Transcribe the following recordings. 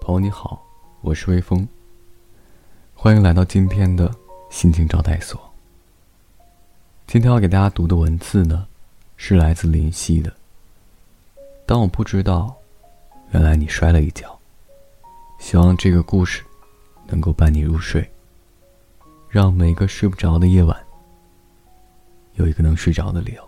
朋友你好，我是微风，欢迎来到今天的心情招待所。今天要给大家读的文字呢，是来自林夕的。当我不知道，原来你摔了一跤。希望这个故事能够伴你入睡，让每个睡不着的夜晚有一个能睡着的理由。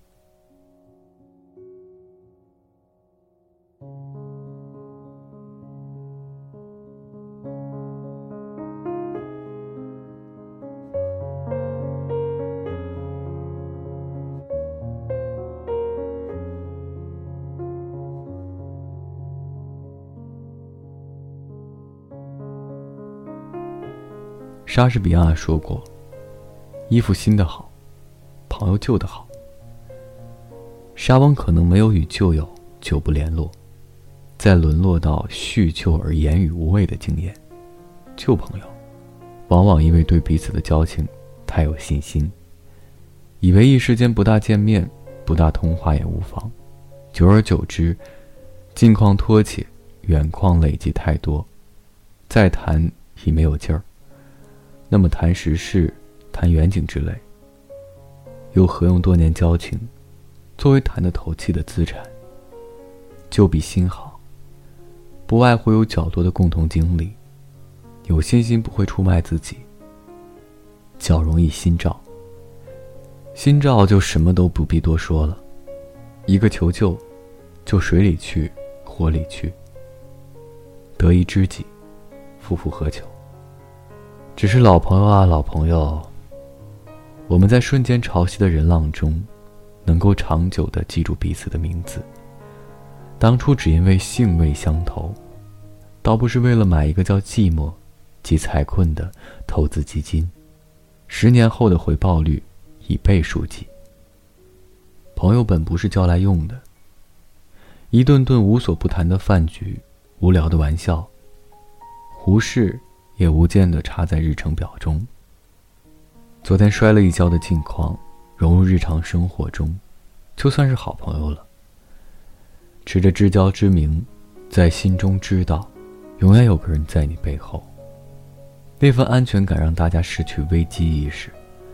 莎士比亚说过，衣服新的好，朋友旧的好。莎翁可能没有与旧友久不联络，再沦落到叙旧而言语无味的经验。旧朋友往往因为对彼此的交情太有信心，以为一时间不大见面不大通话也无妨，久而久之，近况拖且，远况累积太多，再谈已没有劲儿。那么谈时事，谈远景之类，又何用多年交情作为谈得投气的资产？旧比新好，不外乎有较多的共同经历，有信心不会出卖自己，较容易心照。心照就什么都不必多说了，一个求救，就水里去，火里去。得一知己，夫复何求？只是老朋友啊，老朋友，我们在瞬间潮汐的人浪中，能够长久地记住彼此的名字。当初只因为兴味相投，倒不是为了买一个叫寂寞及财困的投资基金，10年后的回报率以倍数计。朋友本不是交来用的，一顿顿无所不谈的饭局，无聊的玩笑，无事也无间地插在日程表中。昨天摔了一跤的近况融入日常生活中，就算是好朋友了。持着知交之名，在心中知道永远有个人在你背后，那份安全感让大家失去危机意识。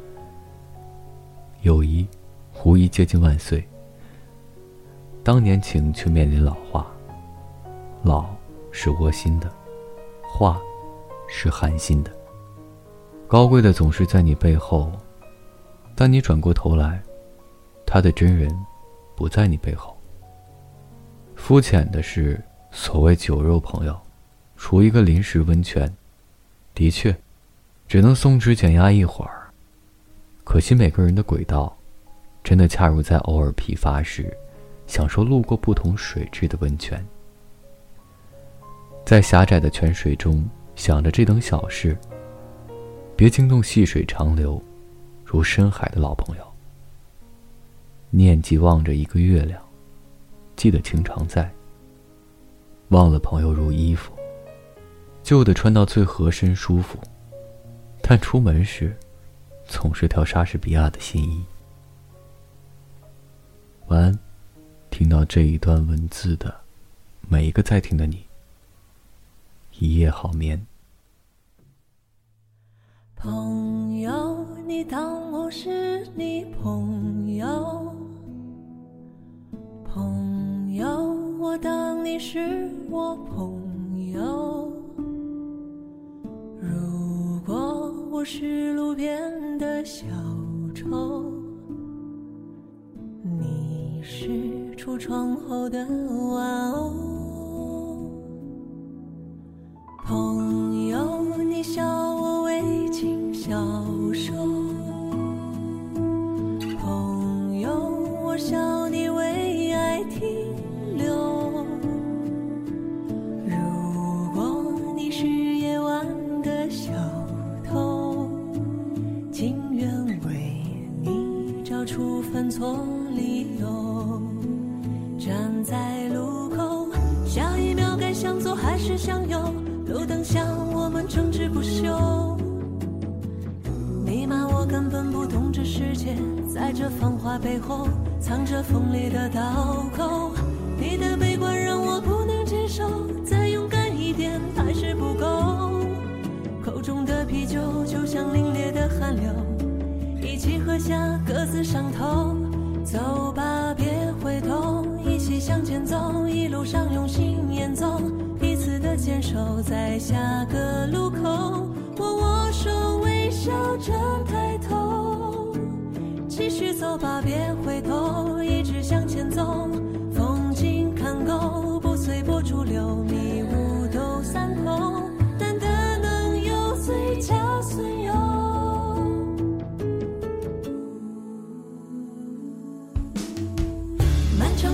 友谊无疑接近万岁，当年情却面临老化，老是窝心的，化是寒心的。高贵的总是在你背后，但你转过头来，他的真人不在你背后。肤浅的是所谓酒肉朋友，除一个临时温泉，的确只能松弛减压一会儿。可惜每个人的轨道真的恰如在偶尔疲乏时享受路过不同水质的温泉。在狭窄的泉水中想着这等小事，别惊动细水长流如深海的老朋友。念记望着一个月亮，记得情常在。忘了朋友如衣服，旧的穿到最合身舒服，但出门时总是条莎士比亚的新衣。晚安，听到这一段文字的每一个在听的你，一夜好眠。 朋友，你当我是你朋友，朋友，我当你是我朋友。如果我是路边的小丑，你是橱窗后的玩偶。朋友，你笑我为情消瘦，朋友，我笑你为爱停留。如果你是夜晚的小偷，情愿为你找出犯错理由。站在路口，下一秒该向左还是向右？路灯下我们争执不休，你骂我根本不懂这世界，在这繁华背后藏着锋利的刀口。你的悲观让我不能接受，再勇敢一点， 起喝下，各自上头。走吧，别回头，一起向前走，一路上用心演奏，彼此的坚守，在下个路口，我握手微笑着抬头，继续走吧，别回头，一直向前走，风景看够，不随波逐流，迷雾都散透，难得能有最佳损友。漫长